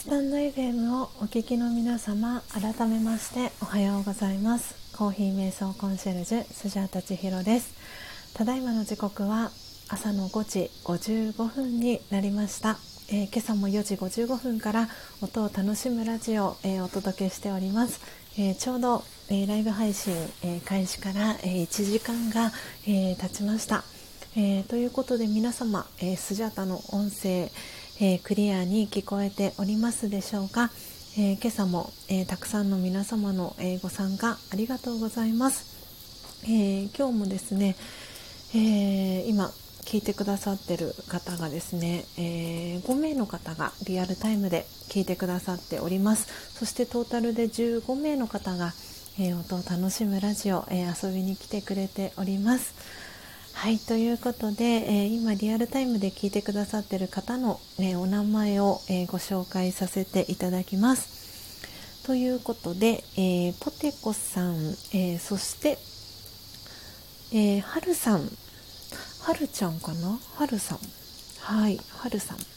スタンド FM をお聞きの皆様、改めましておはようございます。コーヒー瞑想コンシェルジュスジャータ千尋です。ただいまの時刻は朝の5時55分になりました。今朝も4時55分から音を楽しむラジオを、お届けしております。ちょうど、ライブ配信、開始から、1時間が、経ちました。ということで皆様、スジャータの音声、クリアに聞こえておりますでしょうか。今朝も、たくさんの皆様の、ご参加ありがとうございます。今日もですね、今聞いてくださってる方がですね、5名の方がリアルタイムで聞いてくださっております。そしてトータルで15名の方が、音を楽しむラジオ、遊びに来てくれております。はい、ということで、今リアルタイムで聞いてくださっている方の、お名前を、ご紹介させていただきます。ということで、ポテコさん、そして、はるさん、はるちゃんかな、はるさん、はい、はるさん、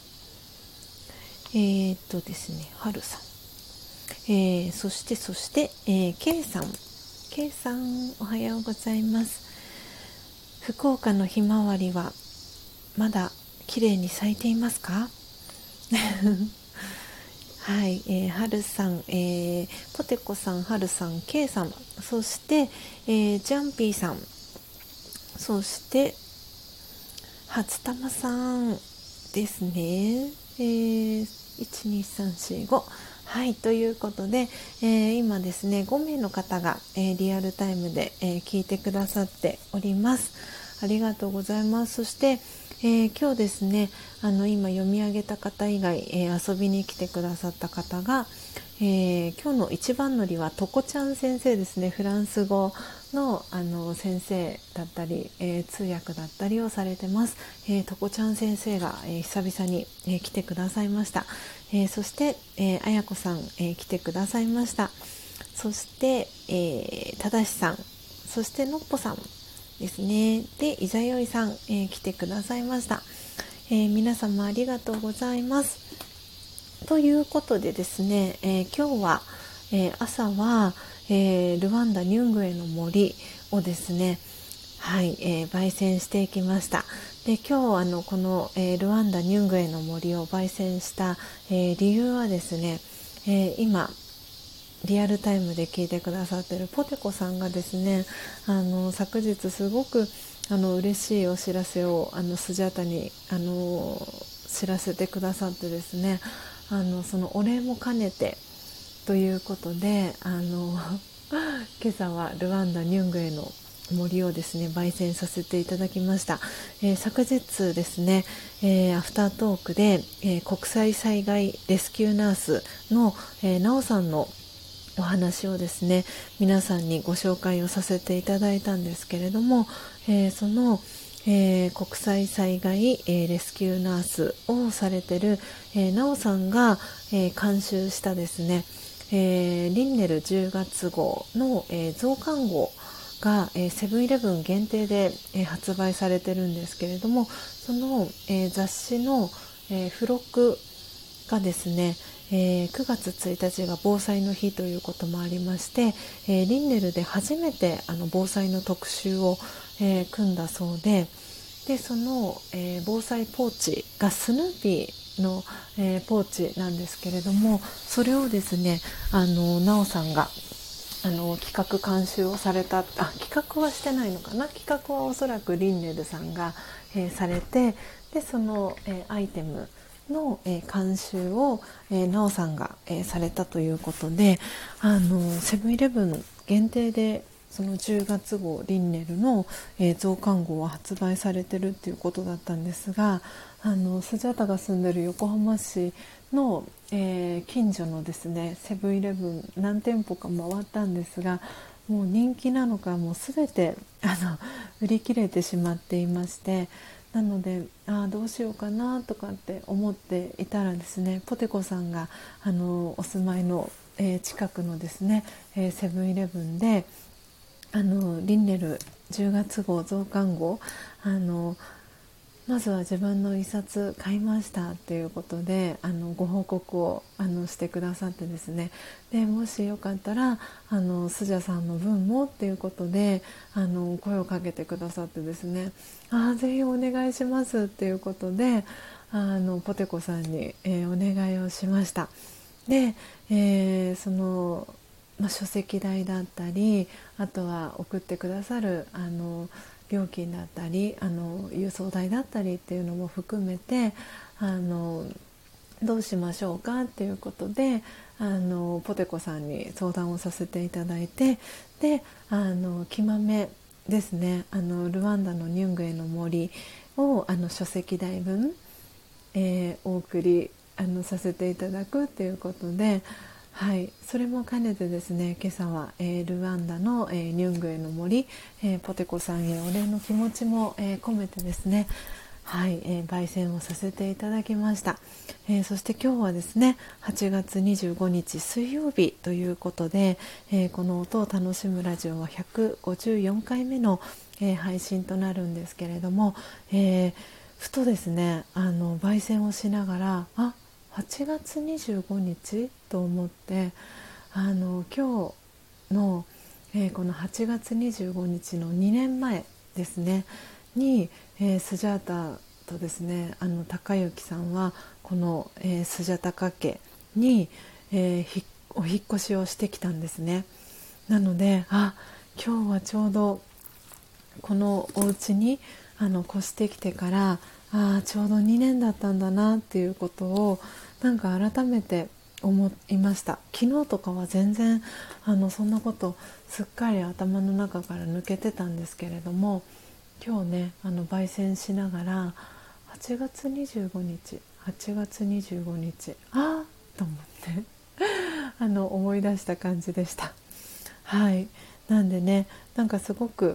ですね、はるさん、そして、けいさん、けいさん、おはようございます。福岡のひまわりはまだ綺麗に咲いていますか？はい、はるさん、ポテコさん、はるさん、けいさん、そして、ジャンピーさん、そして初玉さんですね。12345、はい、ということで、今ですね5名の方が、リアルタイムで、聞いてくださっております。ありがとうございます。そして、今日ですね今読み上げた方以外、遊びに来てくださった方が、今日の一番乗りはとこちゃん先生ですね。フランス語の、先生だったり、通訳だったりをされてます。とこちゃん先生が、久々に、来てくださいました。そして、あやこさん、来てくださいました。そして、ただしさん、そしてのっぽさんですね。で、いざよいさん、来てくださいました。皆様ありがとうございます。ということでですね、今日は、朝は、ルワンダ・ニュングエの森をですね、はい、焙煎していきました。で、今日この、ルワンダ・ニュングエの森を焙煎した、理由はですね、今リアルタイムで聞いてくださっているポテコさんがですね、昨日すごく嬉しいお知らせをスジャータに知らせてくださってですね、そのお礼も兼ねてということで今朝はルワンダ・ニュングエの森をですね焙煎させていただきました。昨日ですね、アフタートークで、国際災害レスキューナースの、なおさんのお話をですね皆さんにご紹介をさせていただいたんですけれども、その、国際災害、レスキューナースをされている、なおさんが、監修したですね、リンネル10月号の、増刊号が、セブンイレブン限定で、発売されてるんですけれども、その、雑誌の、付録がですね、9月1日が防災の日ということもありまして、リンネルで初めて防災の特集を、組んだそうで、その、防災ポーチがスヌーピーの、ポーチなんですけれども、それをですねなおさんが企画監修をされた、企画はしてないのかな、企画はおそらくリンネルさんが、されて、でその、アイテムの、監修を、なおさんが、されたということで、セブンイレブン限定でその10月号リンネルの、増刊号は発売されてるっていうことだったんですが、スジャタが住んでる横浜市の、近所のですねセブンイレブン何店舗か回ったんですが、もう人気なのかもう全て売り切れてしまっていまして、なのでどうしようかなとかって思っていたらですね、ポテコさんがお住まいの、近くのですね、セブンイレブンでリンネル10月号増刊号まずは自分の一冊買いましたっていうことでご報告をしてくださってですね、でもしよかったらスジャさんの分もっていうことで声をかけてくださってですね、ぜひお願いしますっていうことでポテコさんに、お願いをしました。で、その、書籍代だったり、あとは送ってくださる料金だったり郵送代だったりっていうのも含めてどうしましょうかっていうことでポテコさんに相談をさせていただいて、で木豆ですね、ルワンダのニュングエの森を書籍代分、お送りさせていただくっていうことで、はい、それも兼ねてですね、今朝は、ルワンダの、ニュングエの森、ポテコさんへお礼の気持ちも、込めてですね、はい、焙煎をさせていただきました。そして今日はですね8月25日水曜日ということで、この音を楽しむラジオは154回目の、配信となるんですけれども、ふとですね焙煎をしながら8月25日と思って今日の、この8月25日の2年前ですねに、スジャータとですね高之さんはこの、スジャタカ家に、お引っ越しをしてきたんですね。なので今日はちょうどこのお家に越してきてからちょうど2年だったんだなっていうことをなんか改めて思いました。昨日とかは全然そんなことすっかり頭の中から抜けてたんですけれども、今日ね焙煎しながら8月25日8月25日と思って思い出した感じでした。はい、なんでねなんかすごく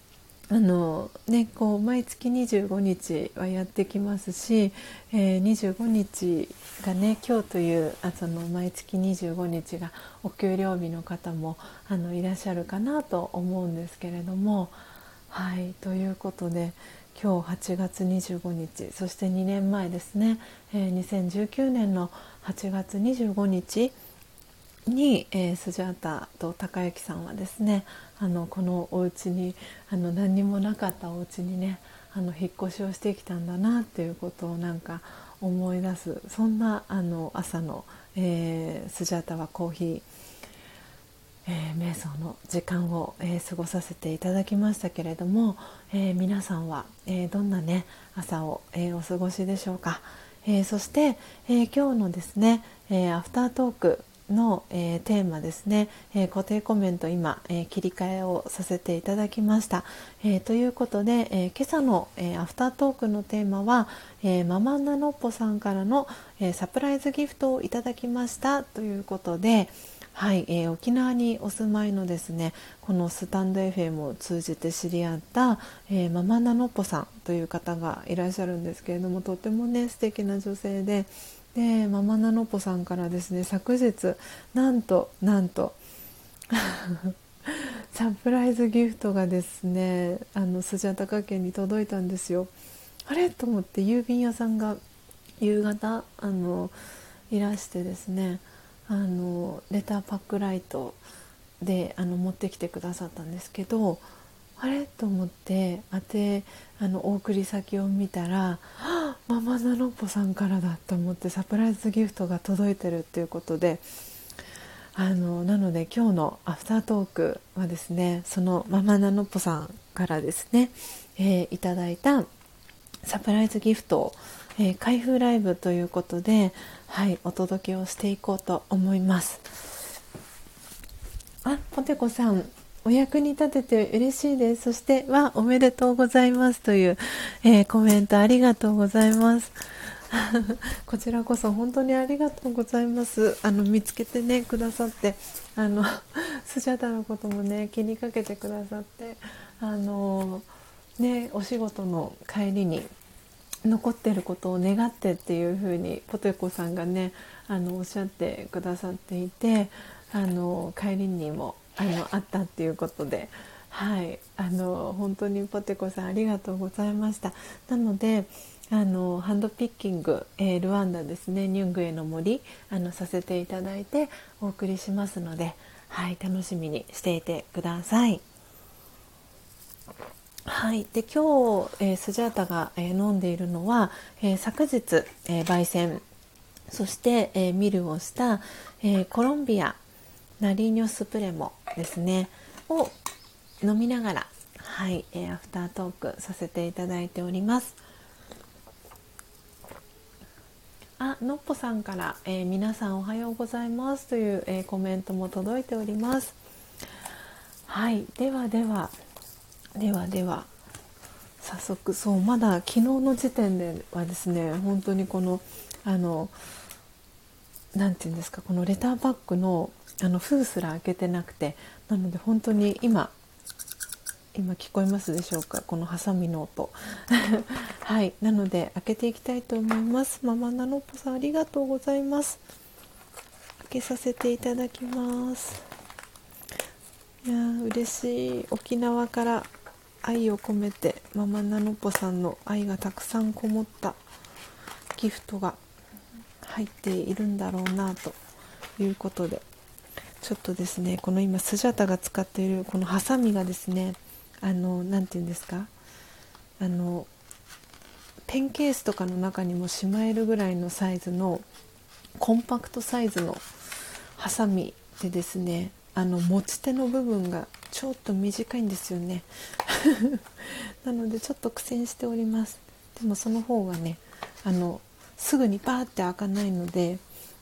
こう毎月25日はやってきますし、25日がね今日というその毎月25日がお給料日の方もいらっしゃるかなと思うんですけれども、はいということで今日8月25日そして2年前ですね、2019年の8月25日に、スジャータと高之さんはですねこのお家に何にもなかったお家にね引っ越しをしてきたんだなっていうことをなんか思い出す、そんな朝の、スジャータはコーヒー、瞑想の時間を、過ごさせていただきましたけれども、皆さんは、どんなね朝を、お過ごしでしょうか。そして、今日のですね、アフタートークの、テーマですね、固定コメント今、切り替えをさせていただきました。ということで、今朝の、アフタートークのテーマは、ママナノッポさんからの、サプライズギフトをいただきましたということで、はい、沖縄にお住まいのですねこのスタンド FM を通じて知り合った、ママナノッポさんという方がいらっしゃるんですけれども、とてもね素敵な女性で、ママナノッポさんからですね昨日なんとサプライズギフトがですねスジャタカ家に届いたんですよ。あれと思って郵便屋さんが夕方いらしてですねレターパックライトで持ってきてくださったんですけど、あれと思ってお送り先を見たらママナノッポさんからだと思ってサプライズギフトが届いてるっていうことでなので今日のアフタートークはですねそのママナノッポさんからですね、いただいたサプライズギフトを、開封ライブということで、はい、お届けをしていこうと思います。ポテコさんお役に立てて嬉しいです。そしておめでとうございますという、コメントありがとうございますこちらこそ本当にありがとうございます。見つけてねくださってスジャタのこともね気にかけてくださってお仕事の帰りに残っていることを願ってっていう風にポテコさんがねおっしゃってくださっていて帰りにもあったっていうことで、 はい、本当にポテコさんありがとうございました。なのでハンドピッキング、ルワンダですね、ニュングエの森させていただいてお送りしますので、はい、楽しみにしていてください。はい、で今日、スジャータが、飲んでいるのは、昨日、焙煎そして、ミルをした、コロンビアナリーニョスプレモですねを飲みながら、はい、アフタートークさせていただいております。のっぽさんから、皆さんおはようございますという、コメントも届いております。はい、では早速、そうまだ昨日の時点ではですね、本当にこのなんていうんですか、このレターパックの封すら開けてなくて、なので本当に今聞こえますでしょうか、このハサミの音はい、なので開けていきたいと思います。ママナノッポさんありがとうございます。開けさせていただきます。いや嬉しい。沖縄から愛を込めてママナノッポさんの愛がたくさんこもったギフトが入っているんだろうなということで、ちょっとですね、この今スジャタが使っているこのハサミがですね、なんていうんですか、ペンケースとかの中にもしまえるぐらいのサイズのコンパクトサイズのハサミでですね、持ち手の部分がちょっと短いんですよねなのでちょっと苦戦しております。でもその方がね、すぐにパーって開かないので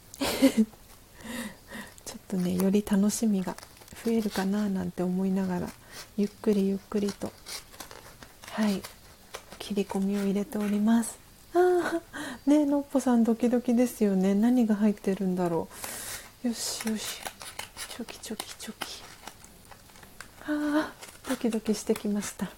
ちょっとね、より楽しみが増えるかななんて思いながら、ゆっくりゆっくりと、はい、切り込みを入れております。ね、のっぽさんドキドキですよね。何が入ってるんだろう。よしよし、チョキチョキチョキ。ドキドキしてきました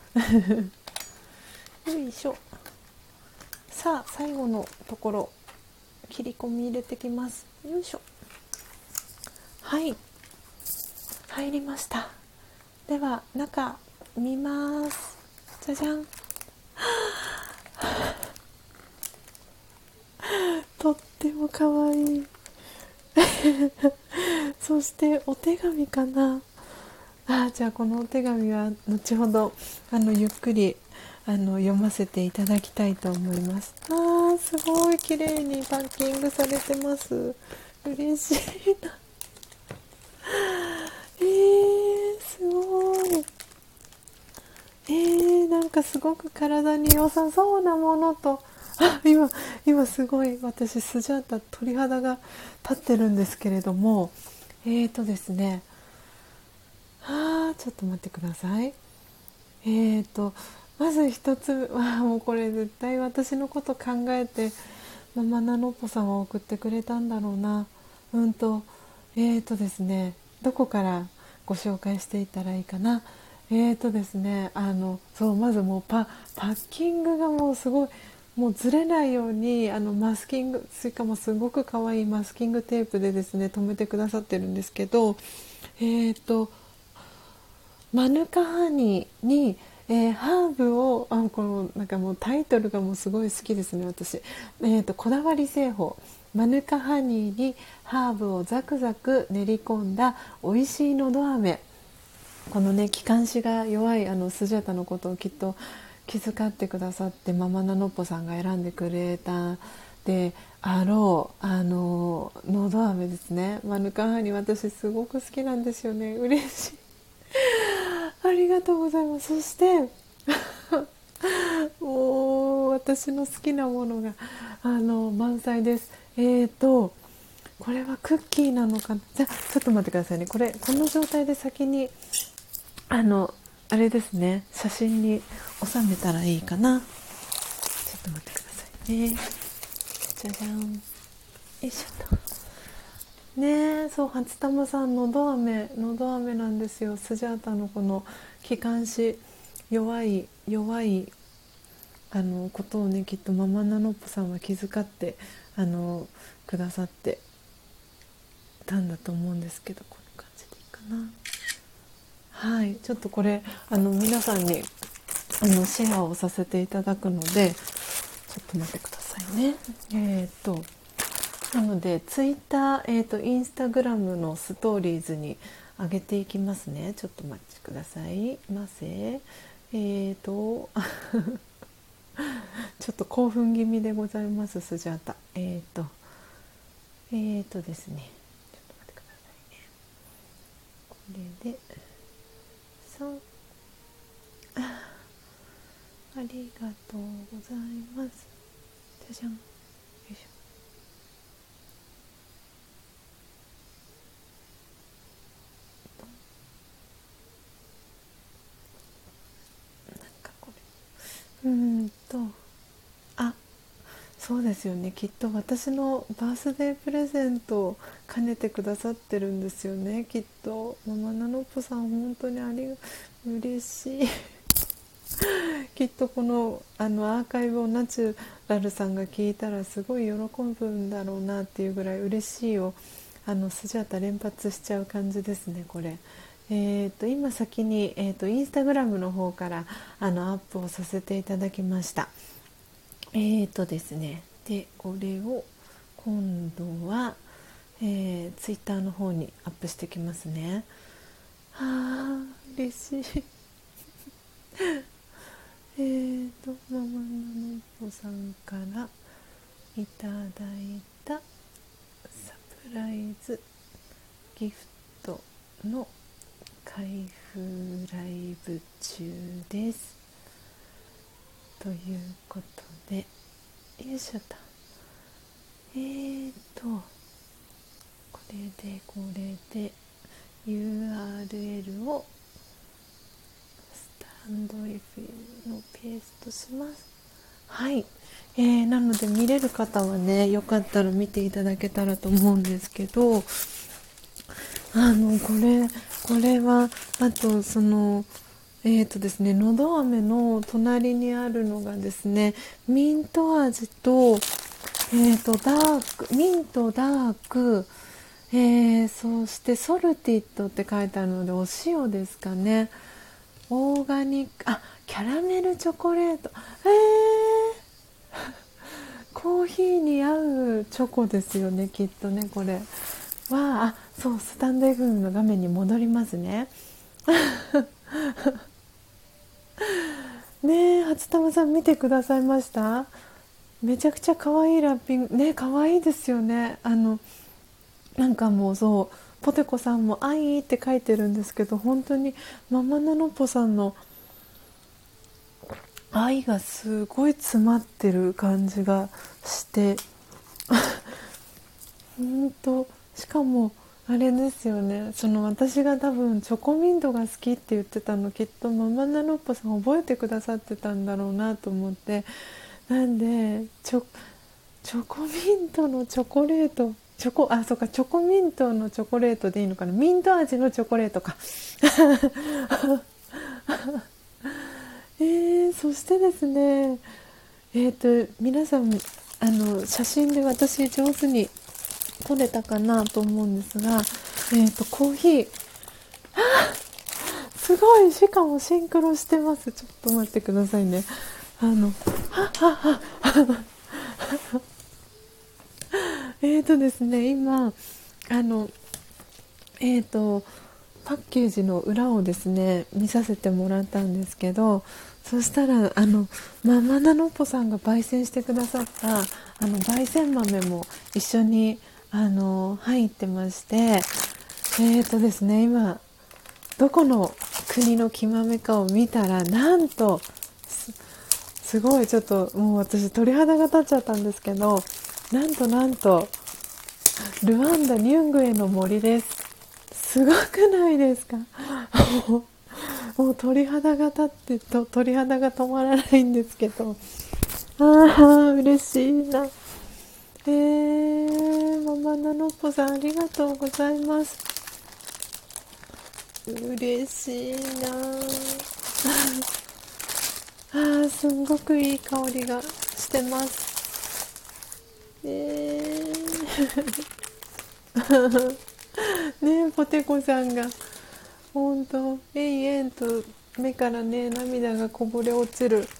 よいしょ。さあ最後のところ、切り込み入れてきます。よいしょ。はい、入りました。では中見ます。じゃじゃんとってもかわいいそしてお手紙かな。じゃあこのお手紙は後ほどゆっくり読ませていただきたいと思います。すごい綺麗にパッキングされてます。嬉しいなすごい。なんかすごく体に良さそうなものと、今すごい私スジャータ鳥肌が立ってるんですけれども、ですね、ちょっと待ってください。まず一つは、もうこれ絶対私のこと考えてママナノッポさんは送ってくれたんだろうな。ですね、どこからご紹介していったらいいかな。ですね、そうまずもうパッキングがもうすごい、もうずれないようにマスキング、しかもすごく可愛いマスキングテープでですね留めてくださってるんですけど、マヌカハニーに、ハーブをこのなんかもうタイトルがもうすごい好きですね私。こだわり製法マヌカハニーにハーブをザクザク練り込んだ美味しいのど飴。このね気管支が弱いスジャタのことをきっと気遣ってくださってママナノッポさんが選んでくれたであろうのど飴ですね。マヌカハニー私すごく好きなんですよね。嬉しいありがとうございます。そしてもう私の好きなものが満載です。これはクッキーなのかな。じゃあちょっと待ってくださいね。この状態で先にあれですね、写真に収めたらいいかな。ちょっと待ってくださいね。じゃじゃん。よいしょと。ねえ、そう、初玉さんのど飴なんですよ。スジャータのこの気管支弱いことをね、きっとママナノッポさんは気遣ってくださってたんだと思うんですけど、こんな感じでいいかな。 はい、ちょっとこれ皆さんにシェアをさせていただくので、ちょっと待ってくださいね。なのでツイッター、インスタグラムのストーリーズに上げていきますね。ちょっとお待ちくださいませ。ちょっと興奮気味でございます、スジャータ。ですね、ちょっと待ってくださいね。これで3、ありがとうございます。じゃじゃん、よいしょ。これあ、そうですよね。きっと私のバースデープレゼントを兼ねてくださってるんですよね。きっとママナノッポさん、本当に嬉しいきっとこのアーカイブをナチュラルさんが聞いたらすごい喜ぶんだろうなっていうぐらい嬉しいをスジャータ連発しちゃう感じですね、これ。今先に、インスタグラムの方からアップをさせていただきました。ですね、でこれを今度は、ツイッターの方にアップしてきますね。嬉しいママナノッポさんからいただいたサプライズギフトの開封ライブ中です、ということで、よいしょと、これで URL をスタンド FM のペーストします。はい、なので見れる方はね、よかったら見ていただけたらと思うんですけど、これはあとそのですね、のど飴の隣にあるのがですね、ミント味と、ミントダーク、そしてソルティッドって書いてあるので、お塩ですかね。オーガニック、キャラメルチョコレート、コーヒーに合うチョコですよね、きっとね、これは。そう、スタンド FM の画面に戻りますねねえ、初玉さん見てくださいました？めちゃくちゃ可愛いラッピングね、可愛いですよね。なんかもう、そうポテコさんも愛って書いてるんですけど、本当にママナノッポさんの愛がすごい詰まってる感じがして本当、しかもあれですよね、その私が多分チョコミントが好きって言ってたの、きっとママナノッポさん覚えてくださってたんだろうなと思って、なんでチョコミントのチョコレート、そうか、チョコミントのチョコレートでいいのかな、ミント味のチョコレートかそしてですね、皆さん写真で私上手に撮れたかなと思うんですが、コーヒー、すごい、しかもシンクロしてます。ちょっと待ってくださいね。ですね、今パッケージの裏をですね見させてもらったんですけど、そしたらママナノッポさんが焙煎してくださった焙煎豆も一緒に入ってまして、ですね、今どこの国の木豆かを見たら、なんとすごい、ちょっともう私鳥肌が立っちゃったんですけど、なんとルワンダニュングエの森です。すごくないですか？もう鳥肌が立って鳥肌が止まらないんですけど、嬉しいな。ママナノッポさん、ありがとうございます。嬉しいな。すんごくいい香りがしてます。ねえ、ポテコさんがほんと延々と目からね涙がこぼれ落ちる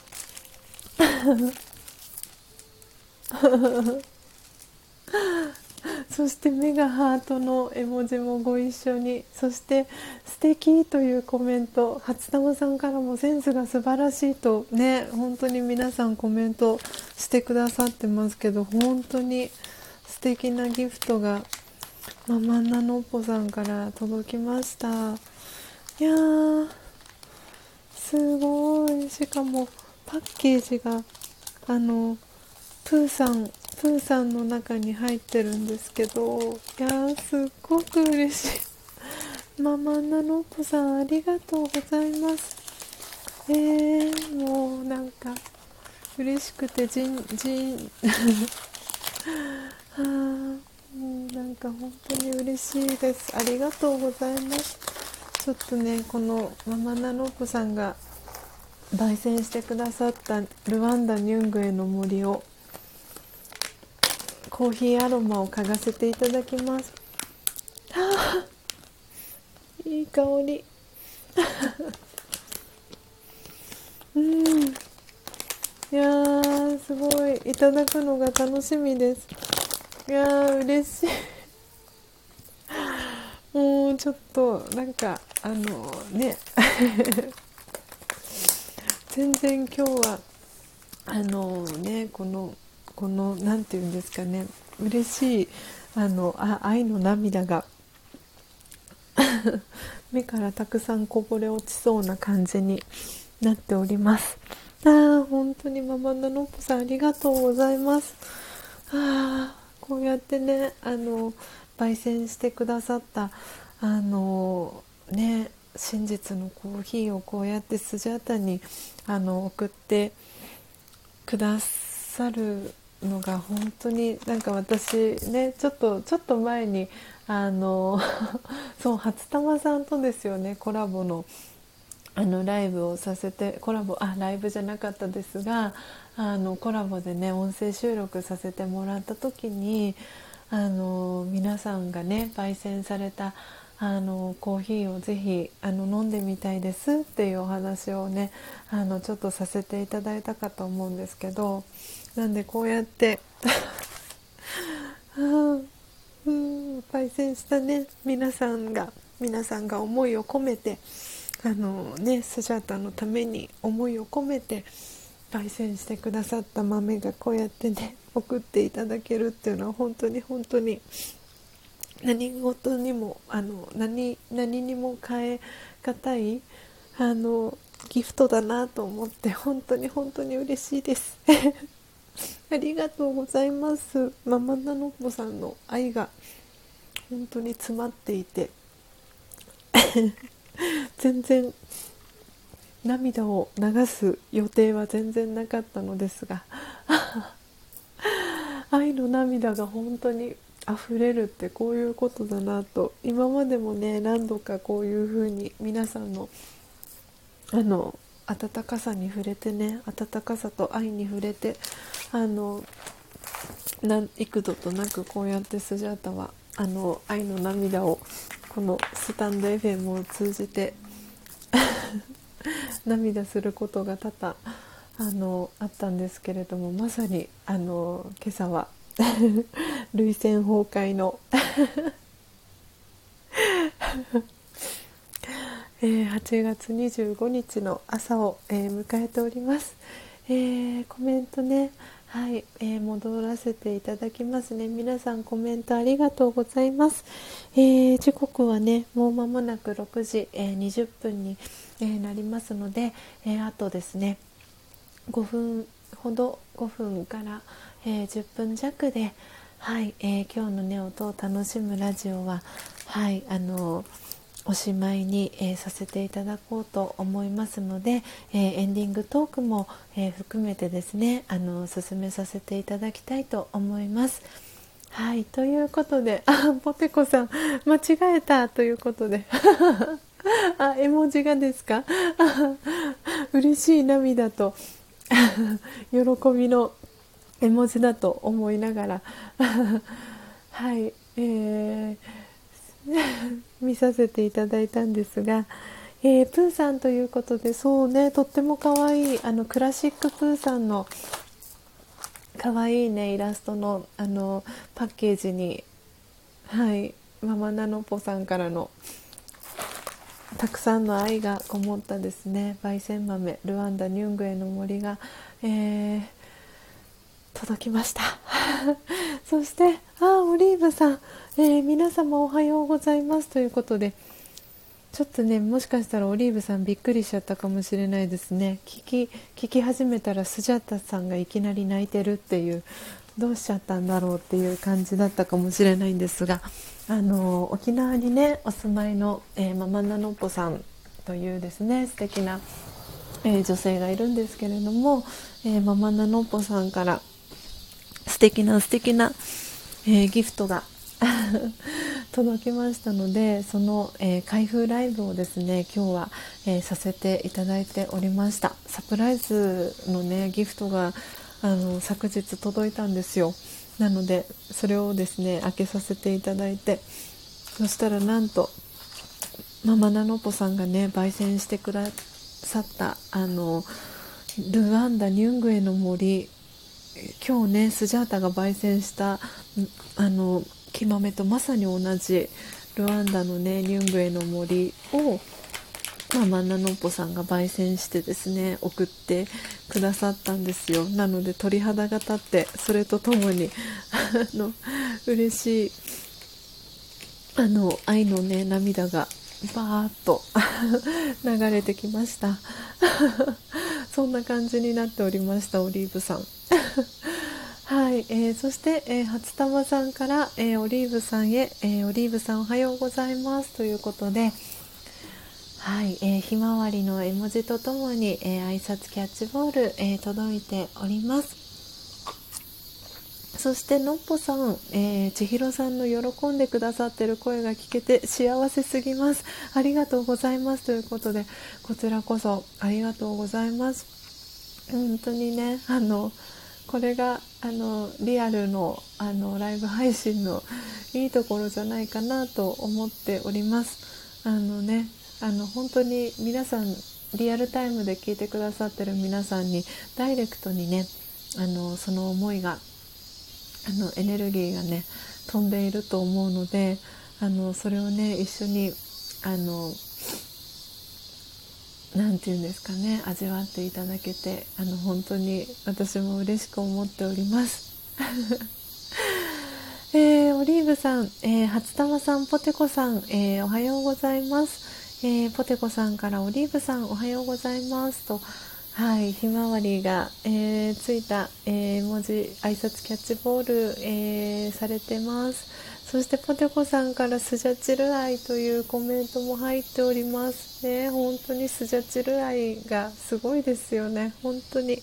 そして目がハートの絵文字もご一緒に、そして素敵というコメント、初玉さんからもセンスが素晴らしいとね、本当に皆さんコメントしてくださってますけど、本当に素敵なギフトがママンナノッポさんから届きました。いやーすごい。しかもパッケージがプーさんの中に入ってるんですけど、いやーすっごく嬉しい。ママンナノッポさんありがとうございます。もうなんか嬉しくてじんはなんか本当に嬉しいです。ありがとうございます。ちょっとねこのママナノッポさんが焙煎してくださったルワンダニュングエの森をコーヒーアロマを嗅がせていただきます。いい香りいやーすごい、いただくのが楽しみです。いやー嬉しい。もうちょっとなんかね全然今日はねこのなんていうんですかね、嬉しい愛の涙が目からたくさんこぼれ落ちそうな感じになっております。本当にママナノッポさんありがとうございます。こうやってね焙煎してくださったね真実のコーヒーをこうやってスジャータに送ってくださるのが本当になんか私ねちょっと前にそう初玉さんとですよねコラボのライブをさせてライブじゃなかったですがコラボでね音声収録させてもらった時に皆さんがね焙煎されたコーヒーをぜひ飲んでみたいですっていうお話をねちょっとさせていただいたかと思うんですけど、なんでこうやって焙煎したね皆さんが思いを込めてスジャータのために思いを込めて焙煎してくださった豆がこうやってね送っていただけるっていうのは本当に本当に何事にも何にも変え難いギフトだなと思って本当に本当に嬉しいですありがとうございます。ママナノッポさんの愛が本当に詰まっていて全然涙を流す予定は全然なかったのですが愛の涙が本当に溢れるってこういうことだなと、今までもね何度かこういう風に皆さんの温かさに触れてね、温かさと愛に触れて幾度となくこうやってスジャータは愛の涙をこのスタンド FM を通じて涙することが多々あったんですけれども、まさに今朝は涙腺崩壊の8月25日の朝を、迎えております。コメントね、はい、戻らせていただきますね。皆さんコメントありがとうございます。時刻はねもう間もなく6時、20分に、なりますので、あとですね5分ほど5分から、10分弱で、はい、今日のね音を楽しむラジオは、はいおしまいに、させていただこうと思いますので、エンディングトークも、含めてですね進めさせていただきたいと思います。はい、ということでポテコさん間違えたということで絵文字がですか嬉しい涙と喜びの絵文字だと思いながらはい、 見させていただいたんですが、プーさんということで、そうね、とっても可愛いクラシックプーさんの可愛いねイラストのパッケージに、はい、ママナノポさんからのたくさんの愛がこもったですね、焙煎豆ルワンダニュングエの森が、届きましたそしてオリーブさん、皆様おはようございますということで、ちょっとね、もしかしたらオリーブさんびっくりしちゃったかもしれないですね。聞き始めたらスジャータさんがいきなり泣いてるっていう、どうしちゃったんだろうっていう感じだったかもしれないんですが、沖縄にねお住まいの、ママナノッポさんというですね素敵な、女性がいるんですけれども、ママナノッポさんから素敵な、ギフトが届きましたので、その、開封ライブをですね今日は、させていただいておりました。サプライズのねギフトが昨日届いたんですよ。なのでそれをですね開けさせていただいて、そしたらなんとママナノポさんがね焙煎してくださったルワンダニュングエの森、今日ねスジャータが焙煎した木豆とまさに同じルワンダのねニュングエの森を、マナノッポさんが焙煎してですね送ってくださったんですよ。なので鳥肌が立って、それとともに嬉しい愛のね涙がバーッと流れてきましたそんな感じになっておりました、オリーブさんはい、そして、初玉さんから、オリーブさんへ、オリーブさんおはようございますということで、はい、ひまわりの絵文字とともに、挨拶キャッチボール、届いております。そしてのっぽさん、千尋さんの喜んでくださってる声が聞けて幸せすぎます、ありがとうございますということで、こちらこそありがとうございます。本当にねこれがリアルのライブ配信のいいところじゃないかなと思っております。本当に皆さんリアルタイムで聞いてくださってる皆さんにダイレクトにねその思いがエネルギーがね飛んでいると思うので、それをね一緒になんていうんですかね、味わっていただけて本当に私も嬉しく思っておりますオリーブさん、初玉さん、ポテコさん、おはようございます、ポテコさんからオリーブさんおはようございますと、はい、ひまわりが、ついた、文字挨拶キャッチボール、されてます。そしてポテコさんからスジャチル愛というコメントも入っておりますね。本当にスジャチル愛がすごいですよね、本当に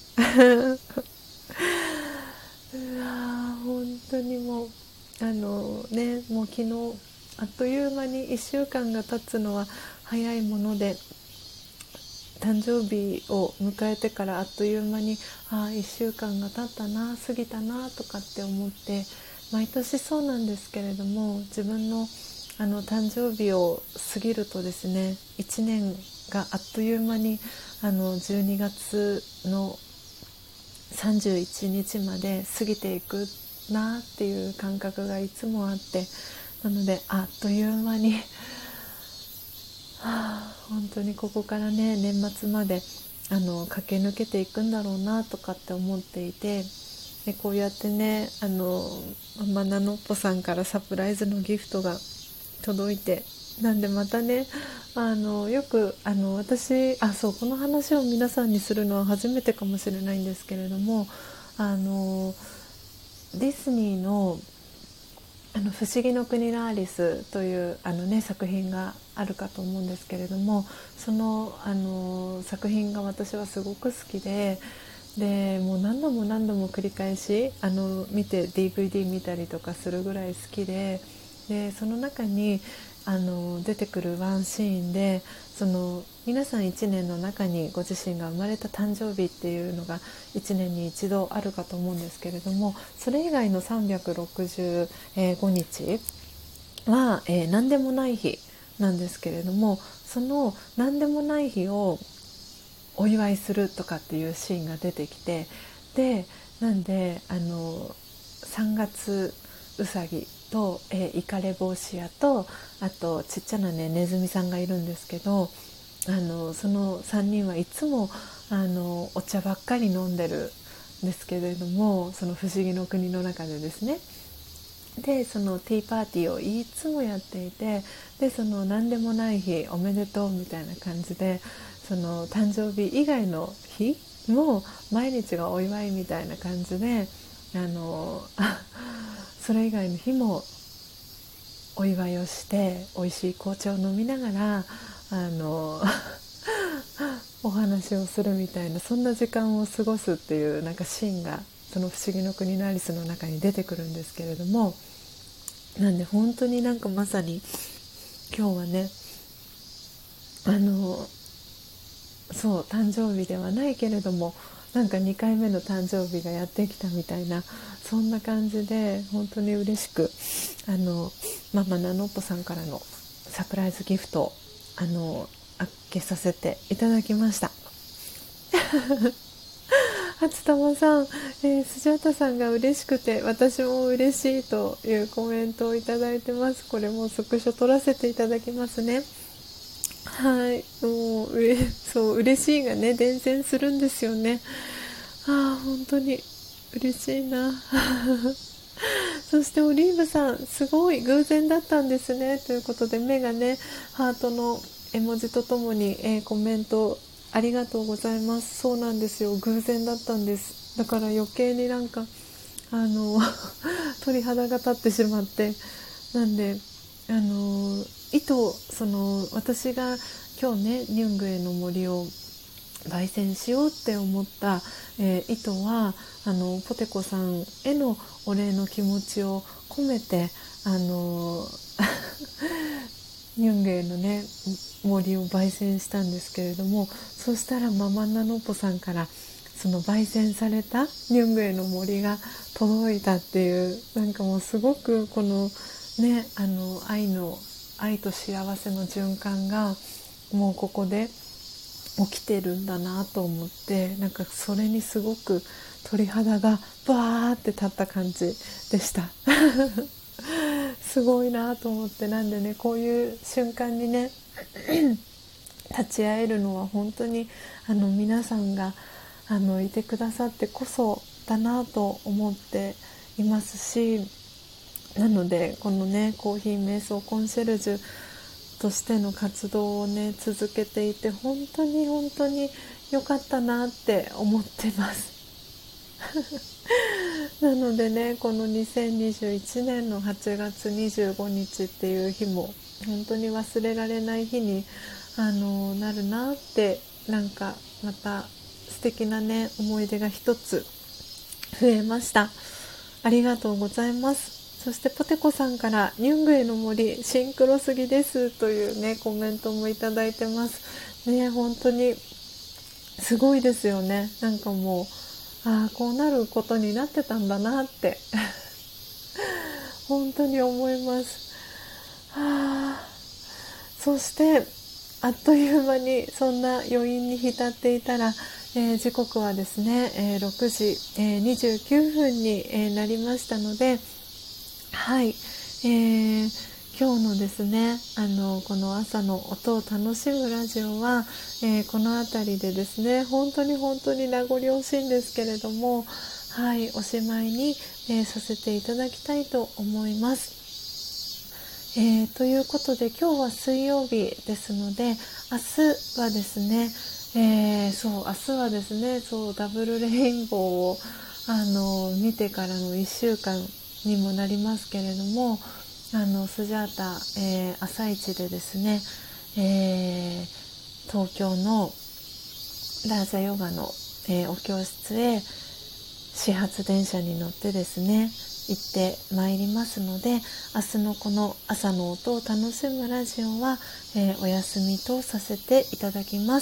うわ本当にもうもう昨日あっという間に1週間が経つのは早いもので、誕生日を迎えてからあっという間に1週間が経ったな、過ぎたなとかって思って、毎年そうなんですけれども、自分の誕生日を過ぎるとですね、1年があっという間に12月の31日まで過ぎていくなっていう感覚がいつもあって、なのであっという間に本当にここからね年末まで駆け抜けていくんだろうなとかって思っていて、でこうやってねママナノッポさんからサプライズのギフトが届いて、なんでまたねよく私そうこの話を皆さんにするのは初めてかもしれないんですけれども、ディズニーの不思議の国のアリスという作品があるかと思うんですけれども、その、作品が私はすごく好きで、もう何度も何度も繰り返し見て DVD 見たりとかするぐらい好きで、その中に出てくるワンシーンで、皆さん1年の中にご自身が生まれた誕生日っていうのが1年に一度あるかと思うんですけれども、それ以外の365日は、何でもない日なんですけれども、その何でもない日をお祝いするとかっていうシーンが出てきて、でなんで3月うさぎと、イカレ帽子屋と、あとちっちゃなねネズミさんがいるんですけど、その3人はいつもお茶ばっかり飲んでるんですけれども、その不思議の国の中でですね。でそのティーパーティーをいつもやっていて、でその何でもない日おめでとうみたいな感じで、その誕生日以外の日も毎日がお祝いみたいな感じで、それ以外の日もお祝いをして美味しい紅茶を飲みながらお話をするみたいな、そんな時間を過ごすっていうなんかシーンがその不思議の国のアリスの中に出てくるんですけれども、なんで本当になんかまさに今日はねそう誕生日ではないけれども、なんか2回目の誕生日がやってきたみたいな、そんな感じで本当に嬉しくママナノッポさんからのサプライズギフトを開けさせていただきました。初玉さん、スジャータさんが嬉しくて私も嬉しいというコメントをいただいてます。これもスクショ取らせていただきますね。はい、もうそう嬉しいがね伝染するんですよね。本当に嬉しいな。そしてオリーブさん、すごい偶然だったんですねということで、目がねハートの絵文字とともに、コメントありがとうございます。そうなんですよ、偶然だったんです。だから余計になんか鳥肌が立ってしまって、なんでその私が今日ねニュングエの森を焙煎しようって思った、意図はポテコさんへのお礼の気持ちを込めてニュングエのね森を焙煎したんですけれども、そしたらママナノポさんからその焙煎されたニュングエの森が届いたっていう、なんかもうすごくこのね愛と幸せの循環がもうここで起きてるんだなと思って、なんかそれにすごく鳥肌がバーって立った感じでしたすごいなと思って、なんでねこういう瞬間にね立ち会えるのは本当に皆さんがいてくださってこそだなと思っていますし、なのでこのねコーヒー瞑想コンシェルジュとしての活動をね続けていて本当に本当に良かったなって思ってますなのでねこの2021年の8月25日っていう日も本当に忘れられない日になるなって、なんかまた素敵なね思い出が一つ増えました。ありがとうございます。そしてポテコさんからニュングエの森シンクロすぎですというねコメントもいただいてますね。本当にすごいですよね。なんかもうこうなることになってたんだなって本当に思います。そしてあっという間にそんな余韻に浸っていたら、時刻はですね、6時、29分に、なりましたので、はい、今日のですねこの朝の音を楽しむラジオは、この辺りでですね本当に本当に名残惜しいんですけれども、はい、おしまいに、させていただきたいと思います。ということで今日は水曜日ですので、明日はですね、明日はですねダブルレインボーを見てからの1週間にもなりますけれども、スジャータ、朝一でですね、東京のラージャヨガの、お教室へ始発電車に乗ってですね、 行ってまいりますので、明日のこの朝の音を楽しむラジオは、お休みとさせていただきます。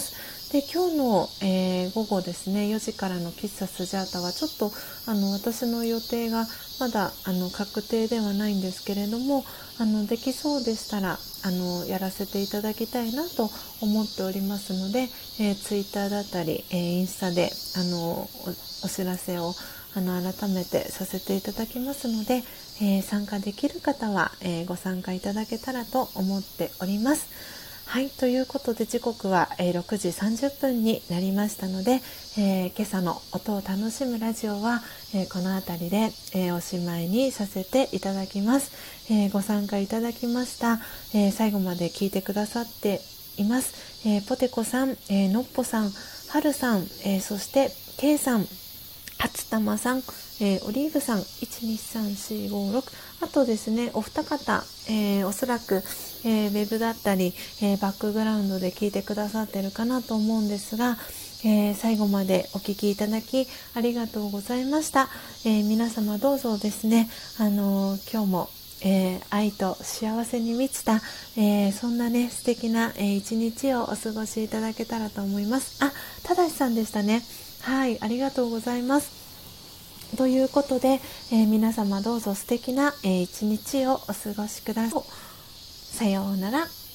で、今日の、午後ですね、4時からの喫茶スジャータはちょっと私の予定がまだ確定ではないんですけれども、できそうでしたらやらせていただきたいなと思っておりますので、ツイッターだったり、インスタでお知らせを改めてさせていただきますので、参加できる方は、ご参加いただけたらと思っております。はい、ということで時刻は、6時30分になりましたので、今朝の音を楽しむラジオは、この辺りで、おしまいにさせていただきます。ご参加いただきました、最後まで聞いてくださっています。ポテコさん、のっぽさん、はるさん、そして K さん、初玉さん、オリーブさん、123456、あとですね、お二方、おそらく、ウェブだったり、バックグラウンドで聞いてくださってるかなと思うんですが、最後までお聞きいただきありがとうございました。皆様どうぞですね、今日も愛と幸せに満ちた、そんなね素敵な、一日をお過ごしいただけたらと思います。ただしさんでしたね。はい、ありがとうございます。ということで、皆様どうぞ素敵な、一日をお過ごしください。さようなら。